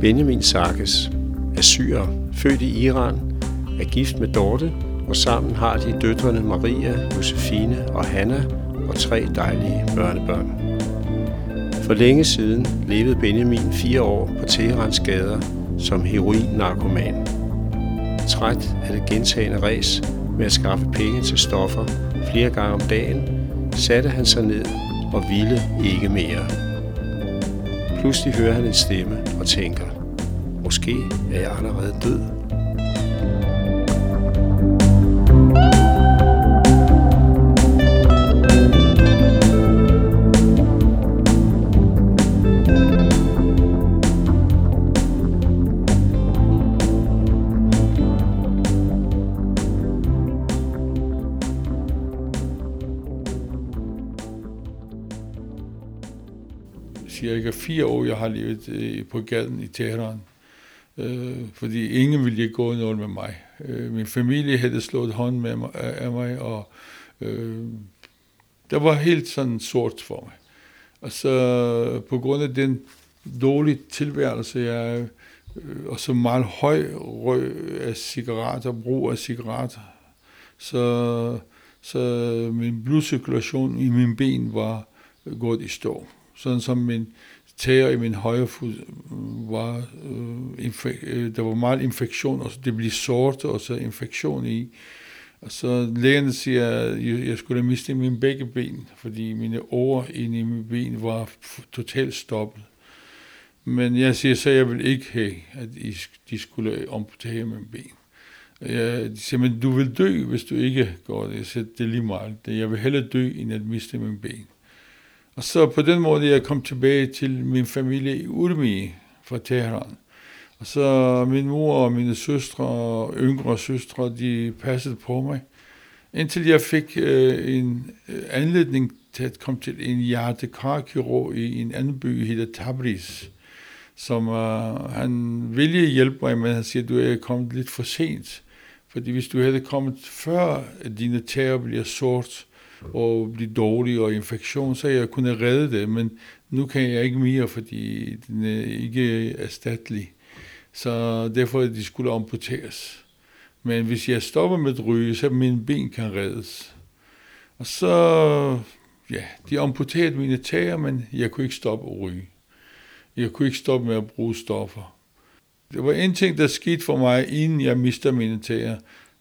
Benjamin Sarkis er syrer, født i Iran, er gift med Dorte, og sammen har de døtrene Maria, Josefine og Hanna og 3 dejlige børnebørn. For længe siden levede Benjamin 4 år på Teherans gader som heroin-narkoman. Træt af det gentagne ræs med at skaffe penge til stoffer flere gange om dagen, satte han sig ned og ville ikke mere. Pludselig hører han en stemme og tænker, måske er jeg allerede død. Cirka 4 år, jeg har levet på gaden i Teheran, fordi ingen ville gå noget med mig. Min familie havde slået hånd af mig, og det var helt sådan sort for mig. Og så på grund af den dårlige tilværelse, jeg og så meget høj røg af cigaretter, brug af cigaretter, så min blodcirkulation i mine ben var gået i stå. Sådan som min tæer i min højre fod var, der var meget infektion, og så det blev sort, og så infektion i. Og så lægerne siger, at jeg skulle miste mine begge ben, fordi mine årer inde i mine ben var totalt stoppet. Men jeg siger så, at jeg vil ikke have, at de skulle amputere mine ben. De siger, men du vil dø, hvis du ikke går det. Jeg siger, det er lige meget. Jeg vil hellere dø, end at miste mine ben. Og så på den måde, jeg kom tilbage til min familie i Urmi fra Teheran. Og så min mor og mine søstre og yngre søstre, de passede på mig. Indtil jeg fik en anledning til at komme til en hjertekarkirurg i en anden by, der hedder Tabriz, som han ville hjælpe mig, men han siger, du er kommet lidt for sent. Fordi hvis du havde kommet før, at dine tæer bliver sort, og blive dårlig og infektion, så jeg kunne redde det, men nu kan jeg ikke mere, fordi den er ikke erstattelig. Så derfor de skulle amputeres. Men hvis jeg stopper med at ryge, så mine ben kan reddes. Og så, ja, de amputerede mine tæer, men jeg kunne ikke stoppe at ryge. Jeg kunne ikke stoppe med at bruge stoffer. Det var en ting, der skete for mig, inden jeg mistede mine tæer.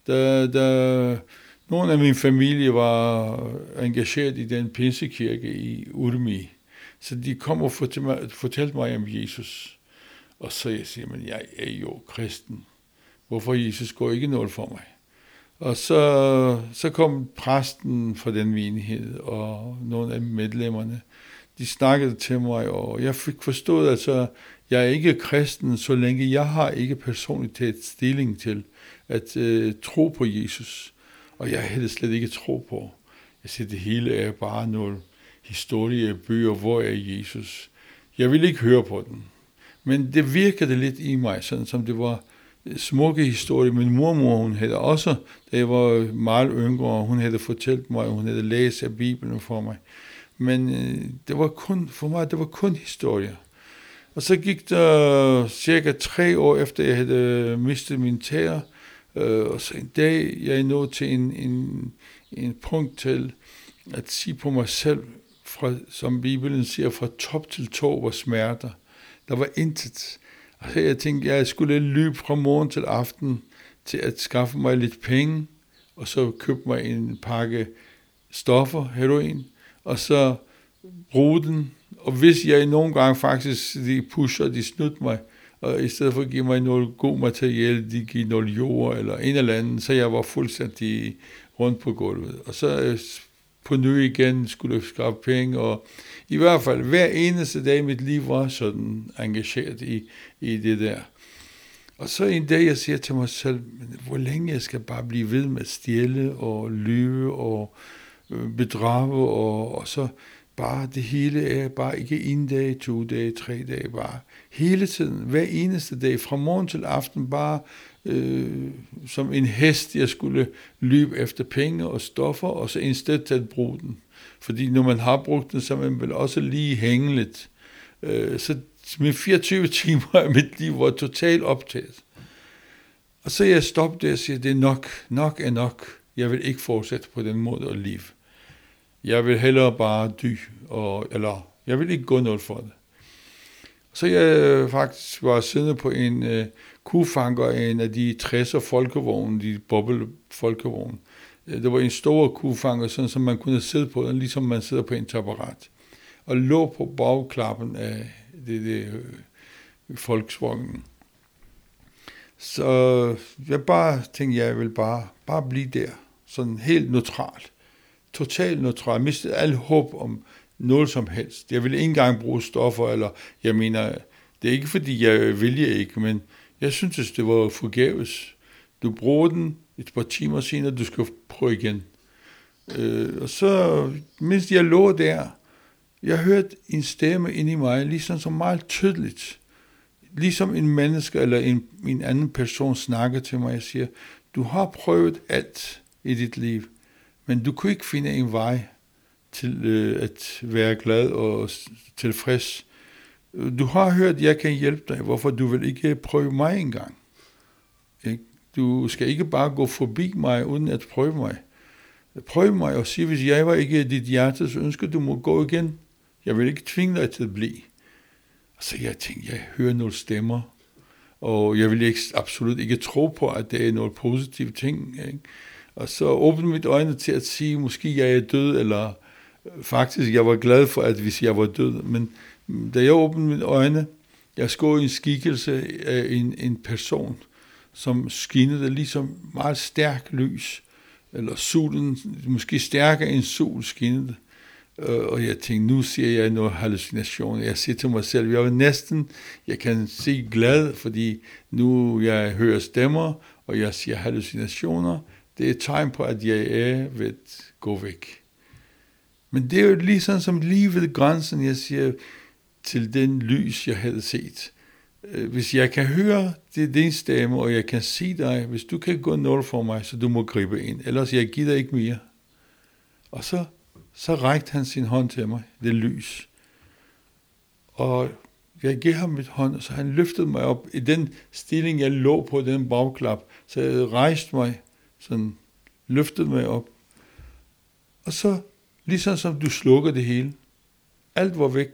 Nogle af min familie var engageret i den pinsekirke i Urmi, så de kom og fortalte mig om Jesus. Og så jeg siger, men jeg er jo kristen. Hvorfor Jesus går ikke noget for mig? Og så kom præsten fra den menighed og nogle af medlemmerne. De snakkede til mig, og jeg fik forstået, at jeg er ikke kristen, så længe jeg har ikke personligt taget stilling til at tro på Jesus. Og jeg havde slet ikke tro på. Jeg siger, det hele er bare nogle historiebøger, hvor er Jesus? Jeg ville ikke høre på den. Men det virkede lidt i mig, sådan som det var smukke historier. Min mormor, hun havde også, da jeg var meget yngre, hun havde fortalt mig, hun havde læst af Bibelen for mig. Men det var kun historier. Og så gik der cirka 3 år efter, jeg havde mistet mine tæer, og så en dag, jeg er nået til en punkt til at sige på mig selv, som Bibelen siger, fra top til tå var smerter. Der var intet. Og så jeg tænkte, jeg skulle løbe fra morgen til aften til at skaffe mig lidt penge, og så købe mig en pakke stoffer, heroin, og så bruge den. Og hvis jeg nogle gange faktisk, de snudte mig, og i stedet for at give mig noget god materiale, de giver noget jord eller en eller anden, så jeg var fuldstændig rundt på gulvet. Og så på ny igen skulle jeg skaffe penge, og i hvert fald hver eneste dag i mit liv var sådan engageret i det der. Og så en dag, jeg siger til mig selv, hvor længe jeg skal bare blive ved med at stjæle og lyve og bedrage, og så bare det hele er bare ikke 1 dag, 2 dage, 3 dage, bare hele tiden, hver eneste dag, fra morgen til aften, bare som en hest, jeg skulle løbe efter penge og stoffer, og så i stedet til at bruge den. Fordi når man har brugt den, så man vil også lige hænge lidt. Så Med 24 timer af mit liv var totalt optaget. Og så jeg stoppede der og siger, det er nok. Nok er nok. Jeg vil ikke fortsætte på den måde at leve. Jeg vil hellere bare dø, eller jeg vil ikke gå noget for det. Så jeg faktisk var siddende på en kufanker af en af de 60'er folkevogne, de boble-folkevogne. Det var en stor kufanger, sådan som man kunne sidde på den, ligesom man sidder på en taburet. Og lå på bagklappen af det Volkswagen. Så jeg bare tænkte, jeg vil bare blive der. Sådan helt neutralt. Totalt neutralt. Jeg mistede alt håb om noget som helst. Jeg ville ikke engang bruge stoffer, eller jeg mener, det er ikke fordi, jeg vælger ikke, men jeg synes, det var forgæves. Du bruger den et par timer senere, du skal prøve igen. Og så, mens jeg lå der, jeg hørte en stemme inde i mig, ligesom så meget tydeligt. Ligesom en menneske eller en anden person snakker til mig og siger, du har prøvet alt i dit liv, men du kunne ikke finde en vej til at være glad og tilfreds. Du har hørt, at jeg kan hjælpe dig. Hvorfor du vil ikke prøve mig engang? Ikke? Du skal ikke bare gå forbi mig, uden at prøve mig. Prøv mig og sige, hvis jeg var ikke dit hjertes ønske, du må gå igen. Jeg vil ikke tvinge dig til at blive. Så jeg tænkte, jeg hører nogle stemmer, og jeg vil absolut ikke tro på, at det er noget positivt ting. Ikke? Og så åbnede mit øjne til at sige, måske jeg er død, eller faktisk jeg var glad for, at hvis jeg var død. Men da jeg åbnede mine øjne, jeg så en skikkelse af en person, som skinnede ligesom meget stærk lys, eller solen, måske stærkere end sol skinnede. Og jeg tænkte, nu ser jeg noget hallucination. Jeg siger til mig selv, jeg var næsten, jeg kan se glad, fordi nu jeg hører stemmer, og jeg siger hallucinationer. Det er et tegn på, at jeg er ved at gå væk. Men det er jo lige sådan som lige ved grænsen, jeg siger til den lys, jeg havde set. Hvis jeg kan høre din stemme, og jeg kan sige dig, hvis du kan gå noget for mig, så du må gribe ind. Ellers jeg gider ikke mere. Og så rækte han sin hånd til mig, det lys. Og jeg gav ham mit hånd, så han løftede mig op i den stilling, jeg lå på, den bagklap. Så jeg rejste mig, sådan løftede mig op. Og så, ligesom som du slukker det hele, alt var væk.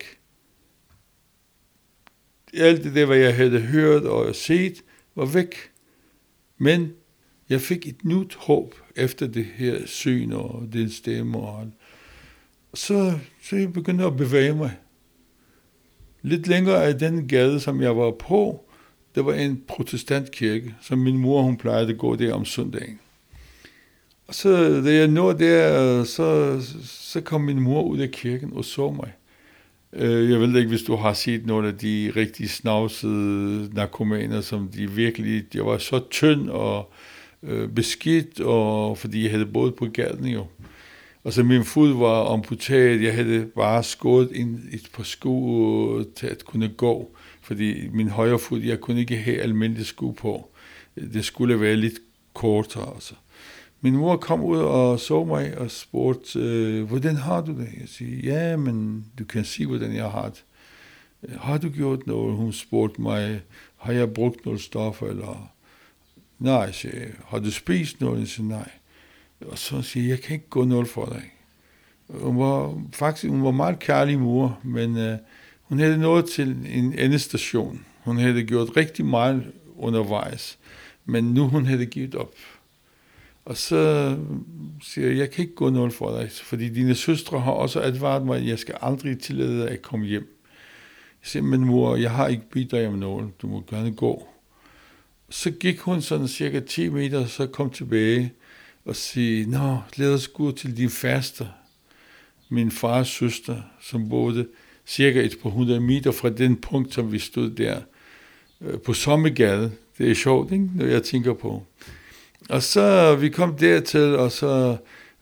Alt det der, hvad jeg havde hørt og set, var væk. Men jeg fik et nyt håb efter det her syn og den stemme og alt. Så jeg begyndte at bevæge mig. Lidt længere af den gade, som jeg var på, der var en protestantkirke, som min mor, hun plejede at gå der om søndagen. Og så da jeg nåede der, så kom min mor ud af kirken og så mig. Jeg ved ikke, hvis du har set nogle af de rigtig snavsede narkomaner, som de virkelig, jeg var så tynd og beskidt, og fordi jeg havde båret på gaden jo. Og så min fod var amputeret, jeg havde bare skåret et par sko til at kunne gå, fordi min højre fod, jeg kunne ikke have almindelige sko på. Det skulle være lidt kortere. Altså. Min mor kom ud og så mig og spurgte, hvordan har du det? Jeg siger, ja, men du kan sige, hvordan jeg har det. Har du gjort noget? Hun spurgte mig, har jeg brugt noget stof? Eller nej, jeg siger, har du spist noget? Jeg siger, nej. Og så siger jeg kan ikke gå noget for dig. Hun var meget kærlig mor, men hun havde nået til en endestation. Hun havde gjort rigtig meget undervejs, men nu hun havde givet op. Og så siger jeg kan ikke gå noget for dig, fordi dine søstre har også advaret mig, at jeg skal aldrig tillade dig at komme hjem. Jeg siger, men mor, jeg har ikke bedt dig om noget, du må gerne gå. Så gik hun sådan cirka 10 meter, og så kom tilbage og sige, nå, lad os gå til din faster. Min fars søster, som boede cirka et par 100 meter fra den punkt, som vi stod der på Sommergade. Det er sjovt, ikke? Når jeg tænker på. Og så vi kom dertil, og så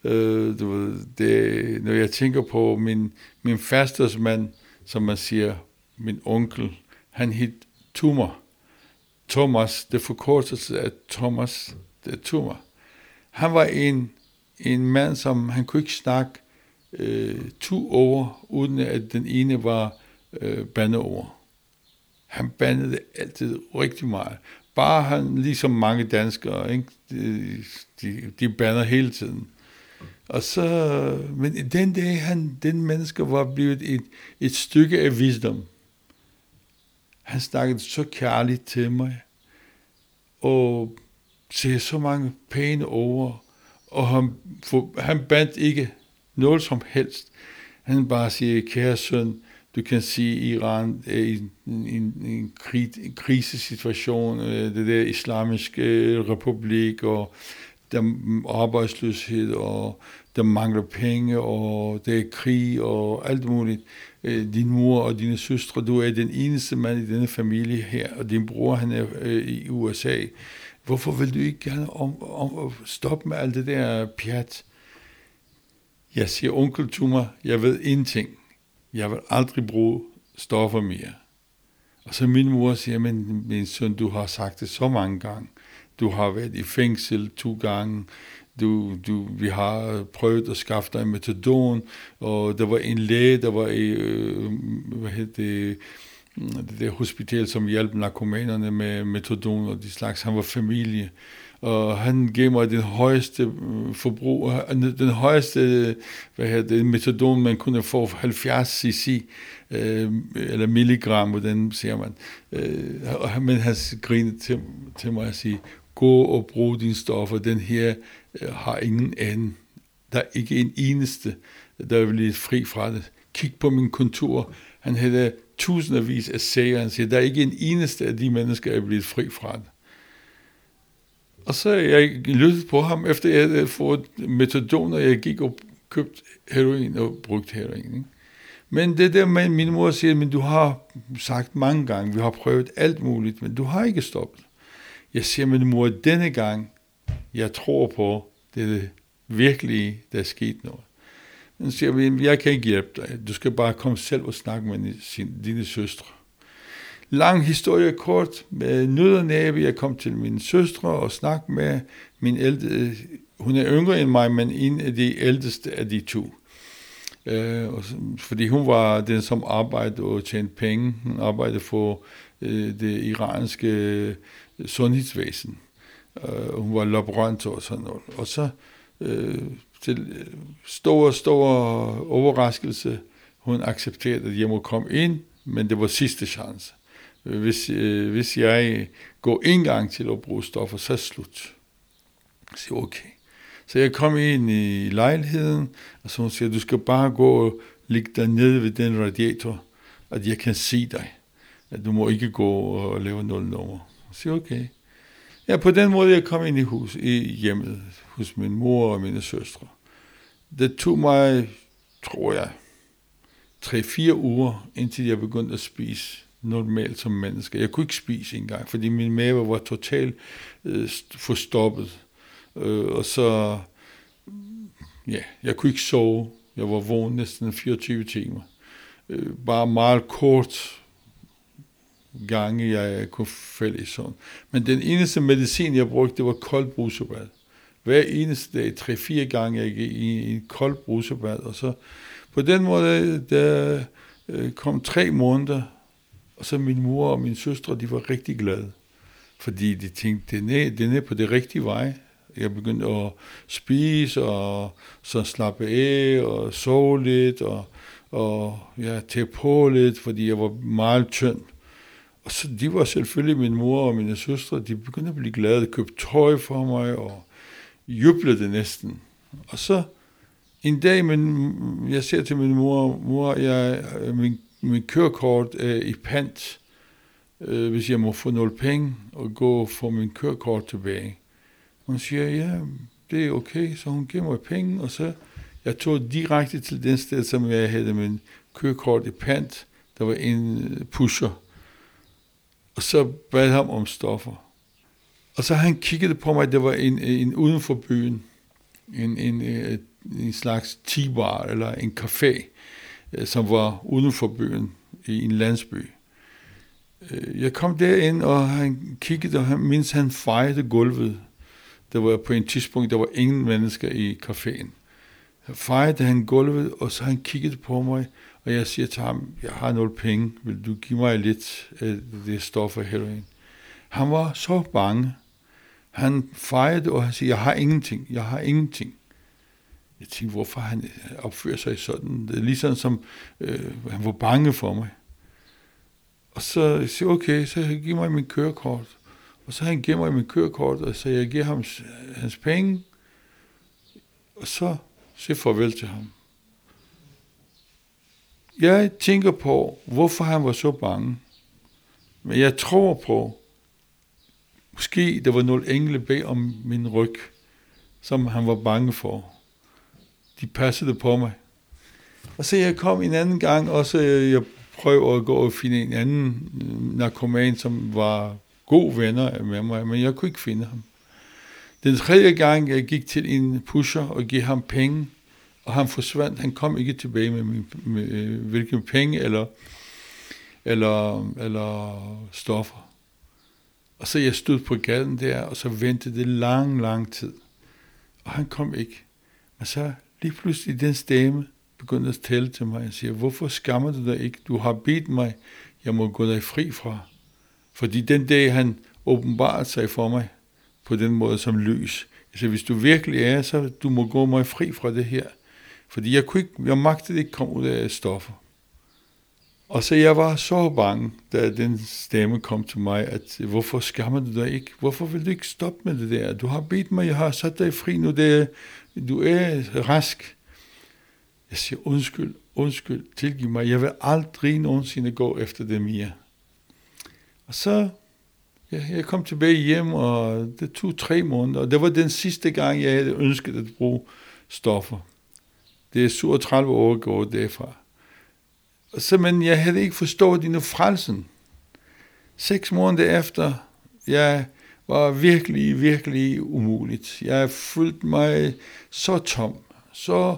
når jeg tænker på min fasters mand, som man siger, min onkel, han hed Thomas, det forkortelse af Thomas, det er Thomas. Han var en mand, som han kunne ikke snakke 2 ord, uden at den ene var bandeord. Han bandede altid rigtig meget. Bare han, ligesom mange danskere, ikke? De bander hele tiden. Og så, men den dag, den menneske var blevet et stykke af visdom. Han snakkede så kærligt til mig, og sagde så mange pæne ord, og han bandt ikke noget som helst. Han bare siger, kære søn, du kan sige, Iran er i en krisesituation, det der islamiske republik, og der er arbejdsløshed, og der mangler penge, og der er krig, og alt muligt. Din mor og dine søstre, du er den eneste mand i denne familie her, og din bror, han er i USA. Hvorfor vil du ikke gerne stoppe med alt det der pjat? Jeg siger, onkel Tuma, jeg ved ingenting. Jeg vil aldrig bruge stoffer mere. Og så min mor siger, men min søn, du har sagt det så mange gange. Du har været i fængsel 2 gange. Vi har prøvet at skaffe dig metadon, og der var en læge, der var i det der hospital, som hjalp narkomanerne med metadon og de slags. Han var familie, og han gav mig den højeste forbrug, den højeste metadon, man kunne få 70 cc, eller milligram, hvordan siger man. Men han grinede til mig og siger, gå og brug dine stoffer, den her har ingen anden. Der er ikke en eneste, der er blevet fri fra det. Kig på min kontor, han havde tusindvis af sager, han siger, der er ikke en eneste af de mennesker, der er blevet fri fra det. Og så jeg lyttede på ham, efter jeg havde fået metadon, og jeg gik og købte heroin og brugte heroin. Ikke? Men det der med, min mor siger, men du har sagt mange gange, vi har prøvet alt muligt, men du har ikke stoppet. Jeg siger, min mor, denne gang, jeg tror på, det er det virkelige, der er sket noget. Men siger, jeg kan ikke hjælpe dig, du skal bare komme selv og snakke med dine søstre. Lang historie kort, med nød og næppe, jeg kom til mine søstre og snakkede med min ældste, hun er yngre end mig, men en af de ældste af de 2. Fordi hun var den, som arbejdede og tjente penge. Hun arbejdede for det iranske sundhedsvæsen. Hun var laborant og sådan noget. Og så til stor overraskelse, hun accepterede, at jeg må komme ind, men det var sidste chance. Hvis jeg går en gang til at bruge stoffer, så er slut. Jeg siger, okay. Så jeg kom ind i lejligheden, og så hun siger, du skal bare gå og ligge der nede ved den radiator, at jeg kan se dig. At du må ikke gå og lave 0 nummer. Jeg siger, okay. Ja, på den måde, jeg kom ind i hjemmet hos min mor og mine søstre. Det tog mig, tror jeg, 3-4 uger, indtil jeg begyndte at spise normalt som menneske. Jeg kunne ikke spise engang, fordi min mave var totalt forstoppet. Og så, ja, jeg kunne ikke sove. Jeg var vågen næsten 24 timer. Bare meget kort gange, jeg kunne falde i søvn. Men den eneste medicin, jeg brugte, det var koldt brusebad. Hver eneste dag, 3-4 gange, jeg gik i en koldt brusebad. Og så på den måde, der kom 3 måneder, og så min mor og mine søstre, de var rigtig glade. Fordi de tænkte, den er på det rigtige vej. Jeg begyndte at spise, og så slappe af, og sove lidt, og tage på lidt, fordi jeg var meget tynd. Og så de var selvfølgelig, min mor og mine søstre, de begyndte at blive glade, de købte tøj for mig, og jublede næsten. Og så en dag, jeg siger til min mor, min kørekort er i pant, hvis jeg må få 0 penge, og gå og få min kørekort tilbage. Hun siger, ja, det er okay, så hun giver mig penge, og så jeg tog direkte til den sted, som jeg havde min kørekort i pant. Der var en pusher, og så bad ham om stoffer. Og så han kiggede på mig, der var en uden for byen, en slags tea-bar, eller en café, som var uden for byen, i en landsby. Jeg kom derind, og han kiggede, og mens han fejede gulvet. Der var på en tidspunkt, der var ingen mennesker i caféen. Fejede han gulvet, og så han kiggede på mig, Og jeg siger til ham, jeg har 0 penge, vil du give mig lidt af det stof af heroin? Han var så bange. Han fejrede, og han siger, jeg har ingenting. Jeg tænkte, hvorfor han opfører sig sådan. Det er ligesom som, han var bange for mig. Og så siger jeg, okay, så giv mig min kørekort. Og så han giver mig min kørekort, og så jeg giver ham hans penge. Og så siger farvel til ham. Jeg tænker på, hvorfor han var så bange. Men jeg tror på, måske der var nogle engle bag om min ryg, som han var bange for. De passede på mig. Og så jeg kom en anden gang, og så jeg prøvede at gå og finde en anden narkoman, som var gode venner med mig, men jeg kunne ikke finde ham. Den tredje gang, jeg gik til en pusher og gav ham penge, og han forsvandt. Han kom ikke tilbage med hvilken penge eller stoffer. Og så jeg stod på gaden der, og så ventede det lang tid. Og han kom ikke. Og så lige pludselig den stemme begyndte at tale til mig og siger, hvorfor skammer du dig ikke? Du har bedt mig, jeg må gå dig fri fra. Fordi den dag han åbenbarede sig for mig på den måde som lys. Altså hvis du virkelig er, så du må gå mig fri fra det her. Fordi jeg magtede ikke komme ud af stoffer. Og så jeg var så bange, da den stemme kom til mig, at hvorfor skammer du dig ikke? Hvorfor vil du ikke stoppe med det der? Du har bedt mig, jeg har sat dig fri nu, du er rask. Jeg siger, undskyld, tilgiv mig, jeg vil aldrig nogensinde gå efter det mere. Og så, jeg kom tilbage hjem, og det tog 3 måneder, og det var den sidste gang, jeg havde ønsket at bruge stoffer. Det er 37 år gået derfra. Men jeg havde ikke forstået endnu frelsen. 6 måneder efter, jeg var virkelig umuligt. Jeg følte mig så tom, så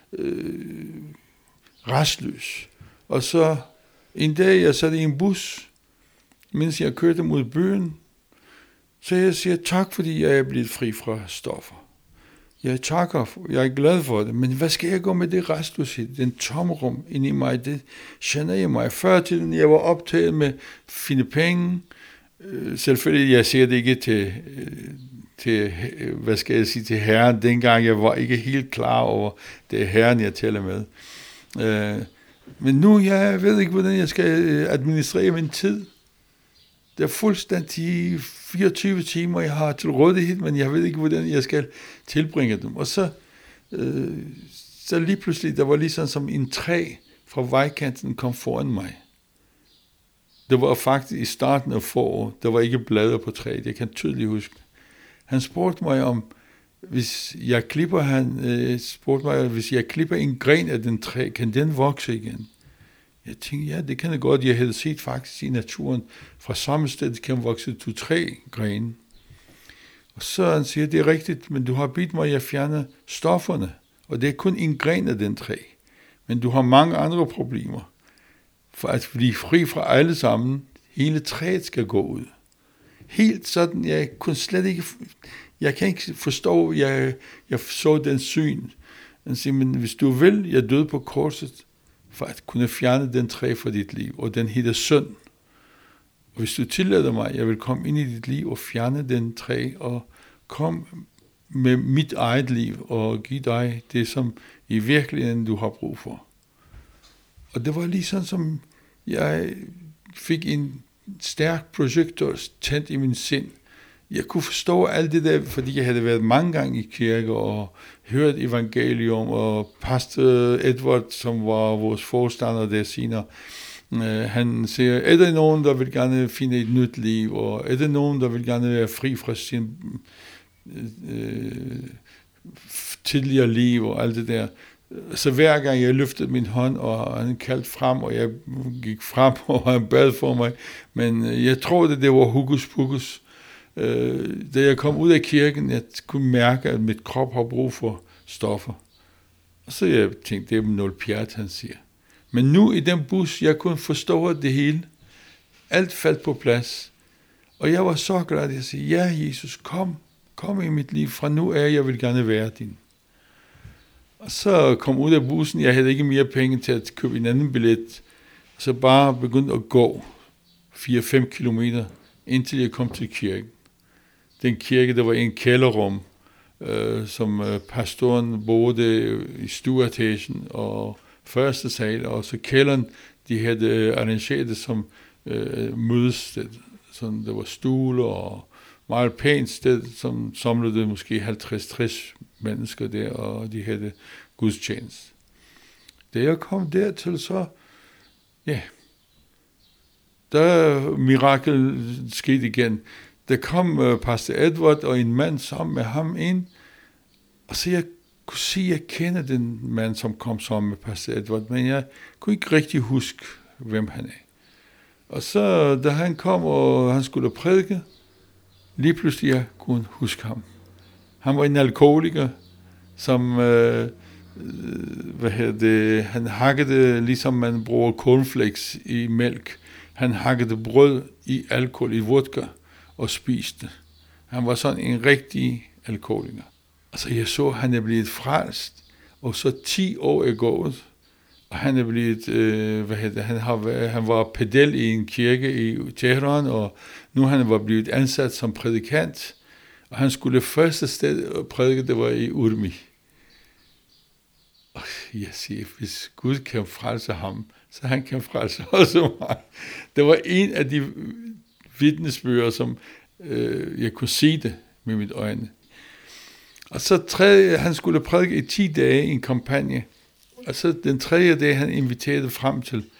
restløs. Og så en dag, jeg sad i en bus, mens jeg kørte mod byen, så jeg siger tak, fordi jeg er blevet fri fra stoffer. Jeg takker, jeg er glad for det, men hvad skal jeg gå med det restløshed, den tomrum inde i mig, det generer mig. Før tiden, jeg var optaget med at finde penge. Selvfølgelig, jeg siger det ikke til hvad skal jeg sige, til Herren. Dengang jeg var ikke helt klar over, det er Herren, jeg taler med. Men nu, jeg ved ikke, hvordan jeg skal administrere min tid. Det er fuldstændig 24 timer, jeg har til rådighed, men jeg ved ikke, hvordan jeg skal tilbringe dem. Og så lige pludselig, der var ligesom som en træ fra vejkanten kom foran mig. Det var faktisk i starten af foråret, der var ikke blade på træet, jeg kan tydeligt huske. Han spurgte mig om, hvis jeg klipper en gren af den træ, kan den vokse igen? Jeg tænkte, ja, det kan det godt. Jeg havde set faktisk i naturen, fra samme sted kan vokse 2-3 grene. Og så han siger, det er rigtigt, men du har bedt mig, at jeg fjerner stofferne, og det er kun en gren af den træ. Men du har mange andre problemer. For at blive fri fra alle sammen, hele træet skal gå ud. Helt sådan, jeg kunne slet ikke, jeg kan ikke forstå, jeg så den syn. Han siger, men hvis du vil, jeg døde på korset, for at kunne fjerne den træ fra dit liv, og den hedder synd. Og hvis du tillader mig, jeg vil komme ind i dit liv og fjerne den træ, og komme med mit eget liv, og give dig det, som i virkeligheden du har brug for. Og det var lige sådan, som jeg fik en stærk projektor tændt i min sind. Jeg kunne forstå alt det der, fordi jeg havde været mange gange i kirke og hørt evangelium, og pastor Edward, som var vores forstander der senere, han siger, er der nogen, der vil gerne finde et nyt liv, og er der nogen, der vil gerne være fri fra sin tidligere liv og alt det der. Så hver gang jeg løftede min hånd, og han kaldte frem, og jeg gik frem, og han bad for mig, men jeg troede, det var hokus pokus. Da jeg kom ud af kirken, jeg kunne mærke, at mit krop har brug for stoffer. Og så jeg tænkte, det er noget pjat, han siger. Men nu i den bus, jeg kunne forstå det hele. Alt faldt på plads. Og jeg var så glad, at jeg sagde, ja Jesus, kom i mit liv. Fra nu af, jeg vil gerne være din. Og så kom ud af bussen, jeg havde ikke mere penge til at købe en anden billet, så bare begyndte at gå 4-5 kilometer, indtil jeg kom til kirken. Den kirke, der var en kælderrum, som pastoren boede i stueetagen og første sal, og så kælderen, de havde arrangeret det som mødested. Sådan, der var stole og meget pænt sted, som samlede måske 50-60 mennesker der, og de havde gudstjeneste. Da jeg kom dertil, så, ja, der mirakel skete igen. Der kom pastor Edward og en mand sammen med ham ind, og så jeg kunne sige, at jeg kender den mand, som kom sammen med pastor Edward, men jeg kunne ikke rigtig huske, hvem han er. Og så, da han kom, og han skulle prædike, lige pludselig jeg kunne huske ham. Han var en alkoholiker, som, han hakkede, ligesom man bruger cornflakes i mælk. Han hakkede brød i alkohol, i vodka, og spiste. Han var sådan en rigtig alkoholiker. Altså jeg så, han er blevet frelst, og så 10 år er gået, og han er blevet, han var pedel i en kirke i Teheran, og nu han var blevet ansat som prædikant, og han skulle første sted prædike, det var i Urmi. Og jeg siger, hvis Gud kan frelse ham, så han kan frelse også mig. Det var en af de vidnesbyrder, som jeg kunne se det med mit øjne. Og så han skulle prædike i 10 dage i en kampagne. Og så den 3. dag, han inviterede frem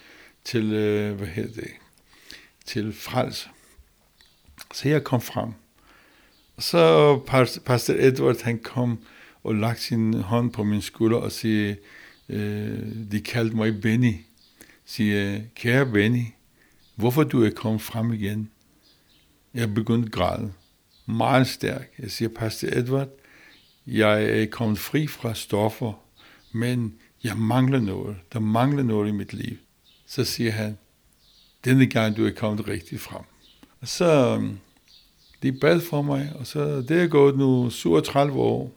til frelse. Så jeg kom frem. Og så pastor Edward, han kom og lagde sin hånd på min skulder og siger, de kaldte mig Benny. Siger, kære Benny, hvorfor du er kommet frem igen? Jeg begyndte at græde. Meget stærk. Jeg siger, pastor Edward, jeg er kommet fri fra stoffer, men jeg mangler noget. Der mangler noget i mit liv. Så siger han, denne gang du er kommet rigtig frem. Og så de bad for mig, og så det er gået nu 37 år.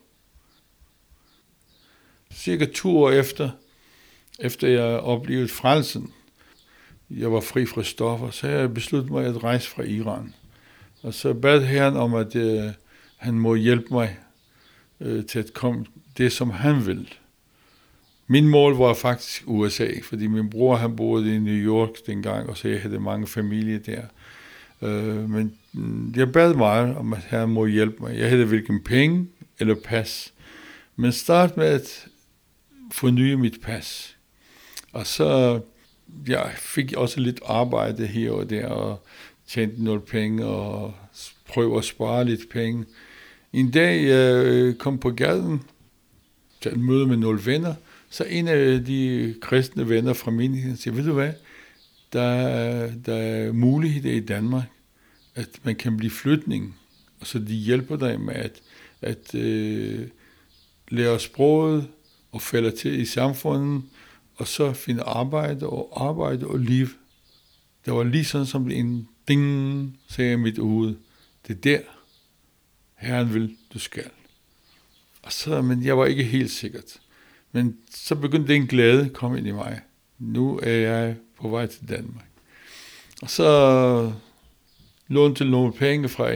Cirka 2 år efter jeg oplevede frelsen, jeg var fri fra stoffer, så jeg besluttede mig at rejse fra Iran. Og så bad Herren om, at han må hjælpe mig til at komme det, som han ville. Min mål var faktisk USA, fordi min bror han boede i New York dengang, og så jeg havde mange familier der. Men jeg bad meget om, at Herren må hjælpe mig. Jeg havde hverken penge eller pas. Men start med at forny mit pas. Og så jeg fik også lidt arbejde her og der, og tjente nogle penge, og prøvede at spare lidt penge. En dag jeg kom på gaden til et møde med nogle venner, så en af de kristne venner fra menigheden siger, ved du hvad, der er muligheder i Danmark, at man kan blive flygtning, og så de hjælper dig med at lære sproget og falde til i samfundet, og så finde arbejde og liv. Der var lige sådan som en ding, sagde jeg mit hoved. Det er der, Herren vil, du skal. Og så, men jeg var ikke helt sikkert. Men så begyndte den glæde at komme ind i mig. Nu er jeg på vej til Danmark. Og så lånte nogle penge fra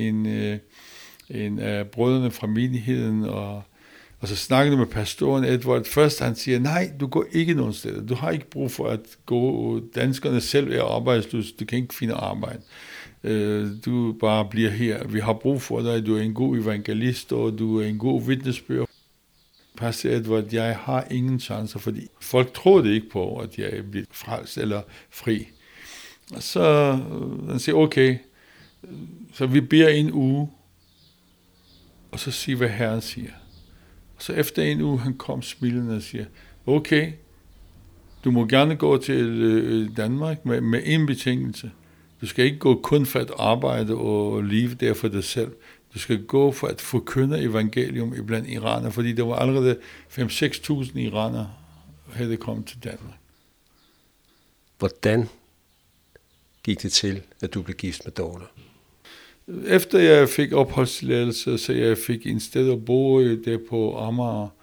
en af brødrene fra menigheden, og så snakkede med pastoren Edward. Først han siger, nej, du går ikke nogen steder. Du har ikke brug for at gå. Danskerne selv er arbejdsløse. Du kan ikke finde arbejde. Du bare bliver her. Vi har brug for dig. Du er en god evangelist, og du er en god vidnesbyrd. Pastor Edward, jeg har ingen chancer, fordi folk troede ikke på, at jeg er blevet frelst eller fri. Og så han siger, okay, så vi beder en uge, og så siger, hvad Herren siger. Og så efter en uge, han kom smilende og siger, okay, du må gerne gå til Danmark med en betingelse. Du skal ikke gå kun for at arbejde og leve der for dig selv. Du skal gå for at forkynde evangelium iblandt iraner, fordi der var allerede 5-6.000 iranere, havde kommet til Danmark. Hvordan gik det til, at du blev gift med Dorte? Efter jeg fik opholdstilladelse, så jeg fik en sted at bo der på Amager,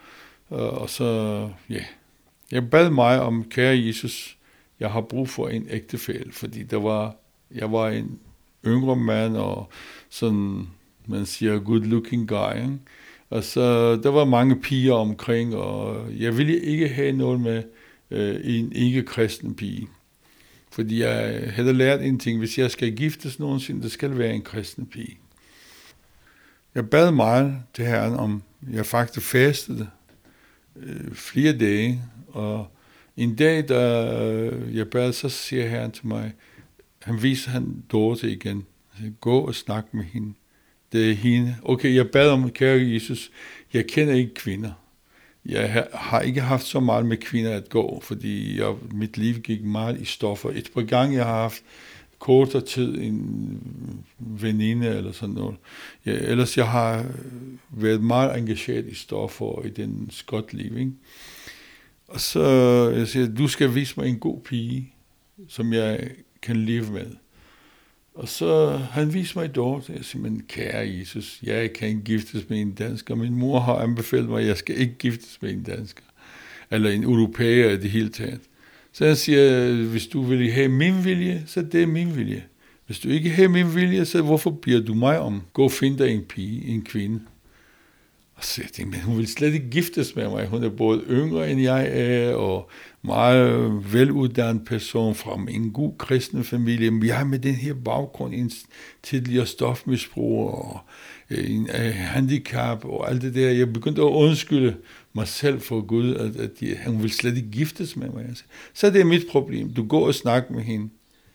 Og så, jeg bad mig om, kære Jesus, jeg har brug for en ægtefælle, fordi jeg var en yngre mand, og sådan, man siger, good looking guy, ikke? Og så, der var mange piger omkring, og jeg ville ikke have noget med en ikke-kristen pige. Fordi jeg havde lært en ting, hvis jeg skal giftes nogensinde, det skal være en kristen pige. Jeg bad meget til Herren om, jeg faktisk fastede flere dage, og en dag, da jeg bad, så siger Herren til mig, han viser Dorte igen, gå og snak med hende. Det er hende. Okay, jeg bad om, kære Jesus, jeg kender ikke kvinder. Jeg har ikke haft så meget med kvinder at gå, fordi mit liv gik meget i stoffer. Et par gange jeg har haft kortere tid en veninde eller sådan noget. Ellers jeg har været meget engageret i stoffer og i den skot liv, ikke? Og så jeg siger, du skal vise mig en god pige, som jeg kan leve med. Og så han viste mig Dorte. Jeg siger, men kære Jesus, jeg kan ikke giftes med en dansker. Min mor har anbefalet mig, at jeg skal ikke giftes med en dansker. Eller en europæer i det hele taget. Så han siger, hvis du vil have min vilje, så det er min vilje. Hvis du ikke har min vilje, så hvorfor beder du mig om? Gå og find dig en pige, en kvinde. Og så jeg tænkte, men hun vil slet ikke giftes med mig. Hun er både yngre end jeg er, og meget veluddannet person fra en god kristen familie. Men jeg har med den her baggrund en tidligere stofmisbruger og en handicap og alt det der. Jeg begyndte at undskylde mig selv for Gud, at hun vil slet ikke giftes med mig. Så det er mit problem. Du går og snakker med hende.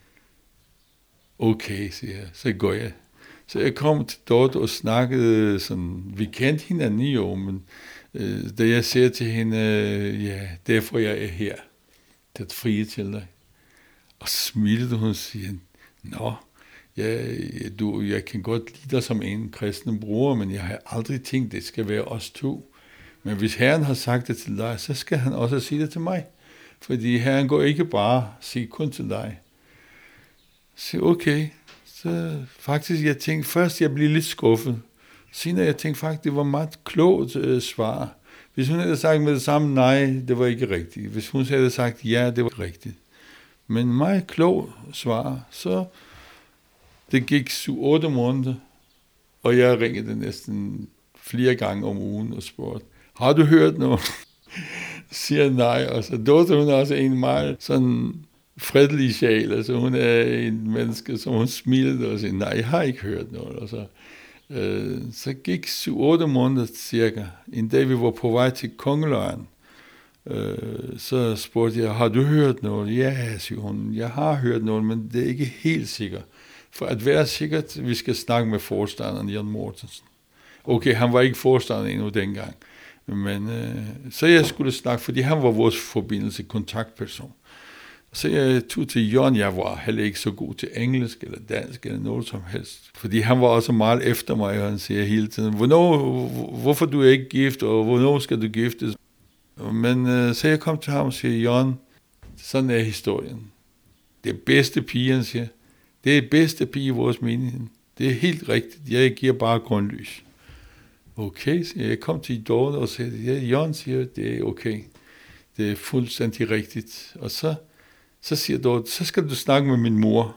Okay, siger jeg. Så går jeg. Så jeg kom til Dorte og snakkede sådan, vi kendte hinanden jo, men da jeg siger til hende, ja, derfor jeg er her, det er frie til dig. Og så smilede hun og siger, nå, jeg kan godt lide dig som en kristen bror, men jeg har aldrig tænkt, det skal være os to. Men hvis Herren har sagt det til dig, så skal han også sige det til mig. Fordi Herren går ikke bare sige kun til dig. Så okay. Så faktisk, jeg tænkte først, jeg blev lidt skuffet. Senere, jeg tænkte faktisk, det var meget klogt svar. Hvis hun havde sagt med det samme, nej, det var ikke rigtigt. Hvis hun havde sagt, ja, det var rigtigt. Men meget klogt svar. Så det gik 7-8 måneder, og jeg ringede næsten flere gange om ugen og spurgte, har du hørt noget? Siger nej, og så Dorte, hun er også en meget sådan fredelig sjæl, altså hun er en menneske, som hun smilede og sagde, nej, jeg har ikke hørt noget. Og så gik 7-8 måneder cirka. En dag vi var på vej til Kongeløjen, så spurgte jeg, har du hørt noget? Ja, siger hun, jeg har hørt noget, men det er ikke helt sikkert. For at være sikkert, vi skal snakke med forstanderen, Jan Mortensen. Okay, han var ikke forstander endnu dengang. Men så jeg skulle snakke, fordi han var vores forbindelse, kontaktperson. Så jeg tog til Jørgen, jeg var heller ikke så god til engelsk eller dansk eller noget som helst. Fordi han var også meget efter mig, og han siger hele tiden, hvorfor du er ikke gift, og hvornår skal du giftes? Men så jeg kom til ham og siger, Jørgen, sådan er historien. Det bedste pige, han siger, det er bedste pige i vores menighed. Det er helt rigtigt, jeg giver bare grundlys. Okay, så jeg kom til Dorte og sagde, ja, Jørgen siger, det er okay. Det er fuldstændig rigtigt. Og så siger Dorte, så skal du snakke med min mor.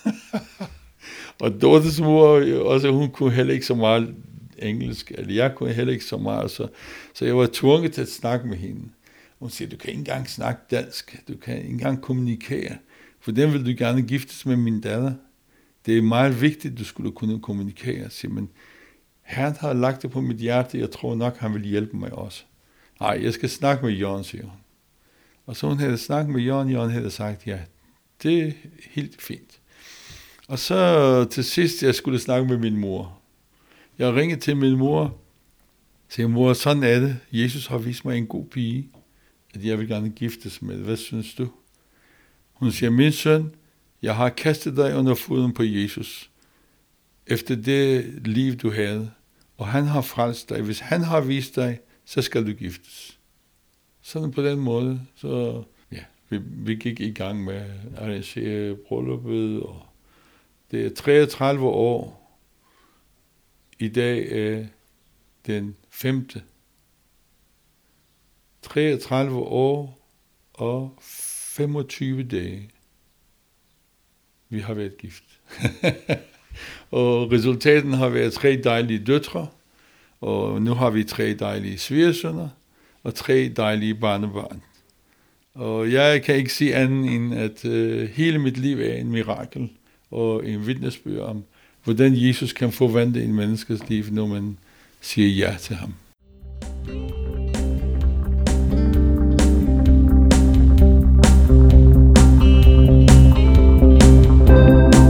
Og Dortes mor, også, hun kunne heller ikke så meget engelsk, eller jeg kunne heller ikke så meget, så jeg var tvunget til at snakke med hende. Hun siger, du kan ikke engang snakke dansk, du kan ikke engang kommunikere, for den vil du gerne giftes med min datter. Det er meget vigtigt, du skulle kunne kommunikere. Siger, men Herren har lagt det på mit hjerte, jeg tror nok, han vil hjælpe mig også. Nej, jeg skal snakke med Jørgen, siger hun. Og så hun havde snakket med Jørgen havde sagt, ja, det er helt fint. Og så til sidst, jeg skulle snakke med min mor. Jeg ringede til min mor, siger, mor, sådan er det. Jesus har vist mig en god pige, at jeg vil gerne giftes med. Hvad synes du? Hun siger, min søn, jeg har kastet dig under foden på Jesus, efter det liv, du havde, og han har frelst dig. Hvis han har vist dig, så skal du giftes. Sådan på den måde, så ja, vi gik i gang med at arrangere brylluppet, og det er 33 år. I dag er den 5. 33 år og 25 dage. Vi har været gift. Og resultaten har været 3 dejlige døtre, og nu har vi 3 dejlige svigersønner og 3 dejlige barnebarn. Og jeg kan ikke sige andet end, at hele mit liv er en mirakel og en vidnesbyrd om, hvordan Jesus kan forvandle en menneskes liv, når man siger ja til ham.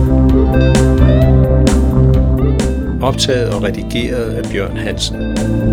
Optaget og redigeret af Bjørn Hansen.